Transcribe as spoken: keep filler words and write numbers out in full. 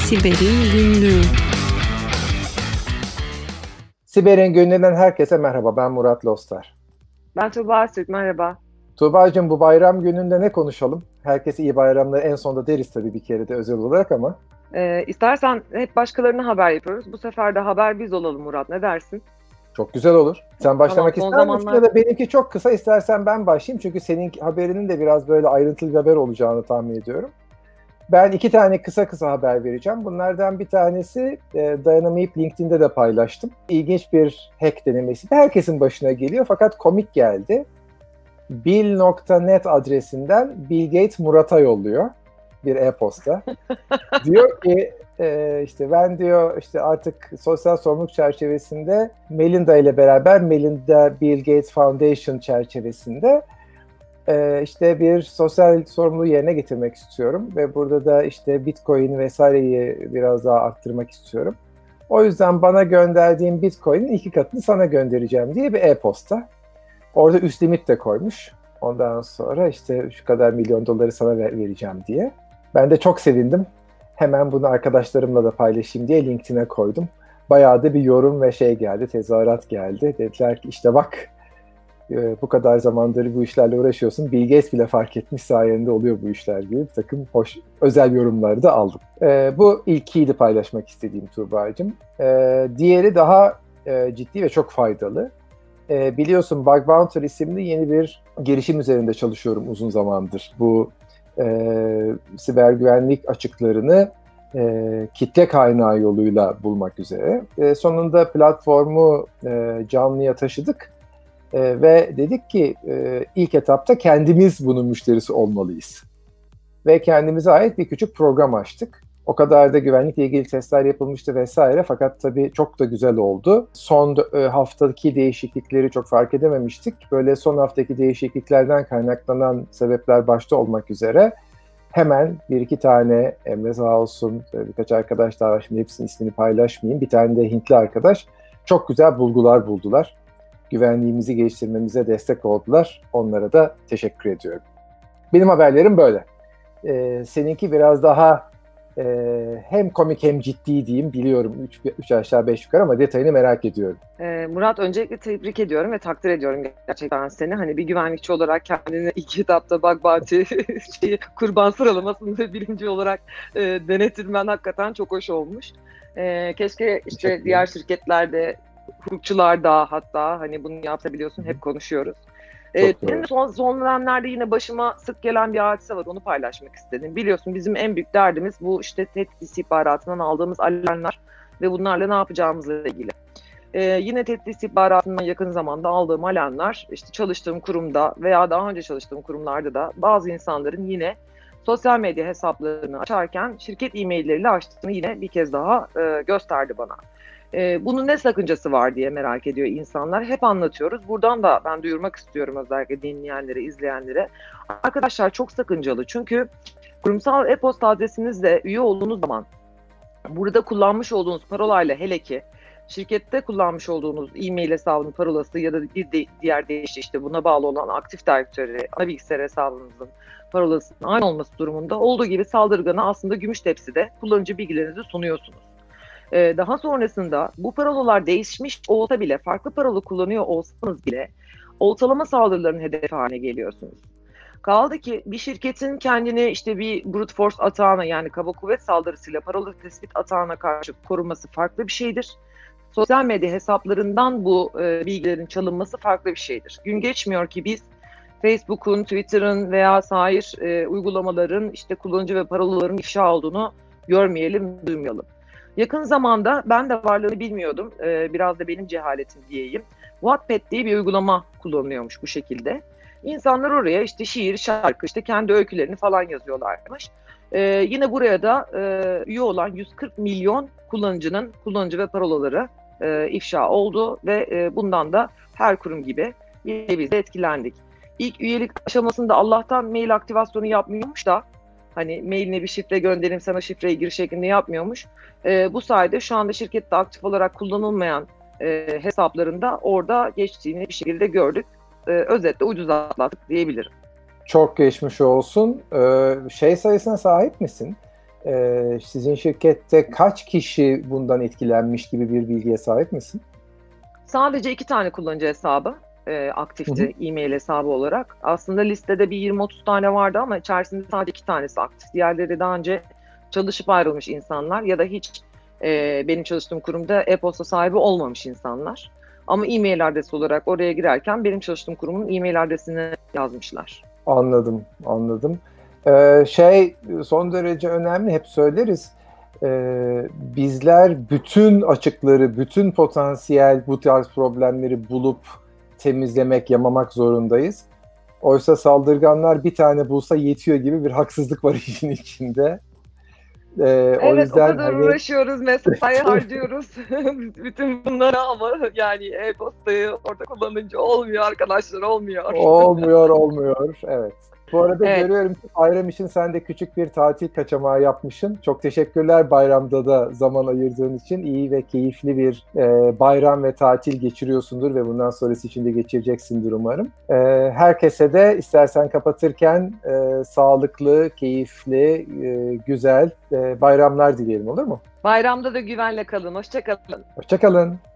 Siber'in Günlüğü. Siber'in Günlüğü'nden herkese merhaba. Ben Murat Lostar. Ben Tuğba Asük, merhaba. Tuğba'cığım, bu bayram gününde ne konuşalım? Herkese iyi bayramları en sonunda deriz tabii, bir kere de özel olarak ama. Ee, istersen hep başkalarına haber yapıyoruz. Bu sefer de haber biz olalım Murat. Ne dersin? Çok güzel olur. Sen başlamak Tamam, son ister misin? zamanlar- Ya da benimki çok kısa, istersen ben başlayayım. Çünkü senin haberinin de biraz böyle ayrıntılı bir haber olacağını tahmin ediyorum. Ben iki tane kısa kısa haber vereceğim. Bunlardan bir tanesi e, dayanamayıp LinkedIn'de de paylaştım. İlginç bir hack denemesi de herkesin başına geliyor fakat komik geldi. Bill nokta net adresinden Bill Gates Murat'a yolluyor bir e-posta. Diyor ki e, işte ben diyor işte artık sosyal sorumluluk çerçevesinde Melinda ile beraber Melinda Bill Gates Foundation çerçevesinde e, işte bir sosyal sorumluluğu yerine getirmek istiyorum ve burada da işte Bitcoin vesaireyi biraz daha arttırmak istiyorum. O yüzden bana gönderdiğin Bitcoin'in iki katını sana göndereceğim diye bir e-posta. Orada üst limit de koymuş. Ondan sonra işte şu kadar milyon doları sana ver, vereceğim diye. Ben de çok sevindim. Hemen bunu arkadaşlarımla da paylaşayım diye LinkedIn'e koydum. Bayağı da bir yorum ve şey geldi, tezahürat geldi. Dediler ki işte bak e, bu kadar zamandır bu işlerle uğraşıyorsun. Bill Gates bile fark etmiş, sayende oluyor bu işler gibi bir takım hoş özel yorumları da aldım. E, bu ilkiydi paylaşmak istediğim Tuğba'cığım. E, diğeri daha e, ciddi ve çok faydalı. E, biliyorsun Bug Bounty isimli yeni bir girişim üzerinde çalışıyorum uzun zamandır. Bu e, siber güvenlik açıklarını e, kitle kaynağı yoluyla bulmak üzere. E, sonunda platformu e, canlıya taşıdık e, ve dedik ki e, ilk etapta kendimiz bunun müşterisi olmalıyız. Ve kendimize ait bir küçük program açtık. O kadar da güvenlikle ilgili testler yapılmıştı vesaire, fakat tabii çok da güzel oldu. Son e, haftaki değişiklikleri çok fark edememiştik. Böyle son haftaki değişikliklerden kaynaklanan sebepler başta olmak üzere hemen bir iki tane, Emre sağ olsun, birkaç arkadaş daha var, şimdi hepsinin ismini paylaşmayayım. Bir tane de Hintli arkadaş çok güzel bulgular buldular. Güvenliğimizi geliştirmemize destek oldular. Onlara da teşekkür ediyorum. Benim haberlerim böyle. Ee, seninki biraz daha Ee, hem komik hem ciddi diyeyim, biliyorum üç, üç aşağı beş yukarı, ama detayını merak ediyorum. Ee, Murat, öncelikle tebrik ediyorum ve takdir ediyorum gerçekten seni. Hani bir güvenlikçi olarak kendini ilk etapta Bug Bounty şeyi, kurban sıralamasında birinci olarak e, denettirmen hakikaten çok hoş olmuş. E, keşke işte diğer şirketlerde, hukukçular da hatta hani bunu yapabiliyorsun, hep konuşuyoruz. Ee, benim son, son dönemlerde yine başıma sık gelen bir hadise var, onu paylaşmak istedim. Biliyorsun bizim en büyük derdimiz bu işte tehdit istihbaratından aldığımız alarmlar ve bunlarla ne yapacağımızla ilgili. Ee, yine tehdit istihbaratından yakın zamanda aldığım alarmlar, işte çalıştığım kurumda veya daha önce çalıştığım kurumlarda da bazı insanların yine sosyal medya hesaplarını açarken şirket e-mailleriyle açtığını yine bir kez daha e, gösterdi bana. Ee, bunun ne sakıncası var diye merak ediyor insanlar. Hep anlatıyoruz. Buradan da ben duyurmak istiyorum özellikle dinleyenlere, izleyenlere. Arkadaşlar çok sakıncalı. Çünkü kurumsal e-posta adresinizle üye olduğunuz zaman burada kullanmış olduğunuz parolayla, hele ki şirkette kullanmış olduğunuz e-mail hesabının parolası ya da bir de, diğer deyişle işte buna bağlı olan Active Directory, ana bilgisayar hesabınızın parolasının aynı olması durumunda olduğu gibi saldırgana aslında gümüş tepside kullanıcı bilgilerinizi sunuyorsunuz. Daha sonrasında bu parolalar değişmiş olsa bile, farklı parola kullanıyor olsanız bile oltalama saldırıların hedefi haline geliyorsunuz. Kaldı ki bir şirketin kendini işte bir brute force atağına, yani kaba kuvvet saldırısıyla parola tespit atağına karşı koruması farklı bir şeydir. Sosyal medya hesaplarından bu e, bilgilerin çalınması farklı bir şeydir. Gün geçmiyor ki biz Facebook'un, Twitter'ın veya sair e, uygulamaların işte kullanıcı ve parolaların ifşa olduğunu görmeyelim, duymayalım. Yakın zamanda ben de varlığını bilmiyordum. Ee, biraz da benim cehaletim diyeyim. Wattpad diye bir uygulama kullanılıyormuş bu şekilde. İnsanlar oraya işte şiir, şarkı, işte kendi öykülerini falan yazıyorlarmış. Ee, yine buraya da e, üye olan yüz kırk milyon kullanıcının kullanıcı ve parolaları e, ifşa oldu ve e, bundan da her kurum gibi yine biz de etkilendik. İlk üyelik aşamasında Allah'tan mail aktivasyonu yapmıyormuş da, hani mailine bir şifre göndereyim sana şifreyi gir şeklinde yapmıyormuş. E, bu sayede şu anda şirkette aktif olarak kullanılmayan e, hesaplarında orada geçtiğini bir şekilde gördük. E, özetle ucuz atlattık diyebilirim. Çok geçmiş olsun. Ee, şey sayısına sahip misin? Ee, sizin şirkette kaç kişi bundan etkilenmiş gibi bir bilgiye sahip misin? Sadece iki tane kullanıcı hesabı e, aktifti e-mail hesabı olarak. Aslında listede bir yirmi otuz tane vardı ama içerisinde sadece iki tanesi aktif. Diğerleri daha önce çalışıp ayrılmış insanlar ya da hiç e, benim çalıştığım kurumda e-posta sahibi olmamış insanlar. Ama e-mail adresi olarak oraya girerken benim çalıştığım kurumun e-mail adresini yazmışlar. Anladım, anladım. Ee, şey son derece önemli, hep söyleriz. Ee, bizler bütün açıkları, bütün potansiyel bu tarz problemleri bulup temizlemek, yamamak zorundayız. Oysa saldırganlar bir tane bulsa yetiyor gibi bir haksızlık var işin içinde. Ee, o Evet, o yüzden kadar hani uğraşıyoruz, mesai harcıyoruz bütün bunlara ama yani e-postayı orada kullanınca olmuyor arkadaşlar, olmuyor. olmuyor, olmuyor. Evet. Bu arada Evet, görüyorum ki bayram için sen de küçük bir tatil kaçamağı yapmışsın. Çok teşekkürler bayramda da zaman ayırdığın için. İyi ve keyifli bir e, bayram ve tatil geçiriyorsundur ve bundan sonrası için de geçireceksindir umarım. E, herkese de istersen kapatırken e, sağlıklı, keyifli, e, güzel e, bayramlar dileyelim, olur mu? bayramda da güvenle kalın, hoşça kalın. Hoşça kalın.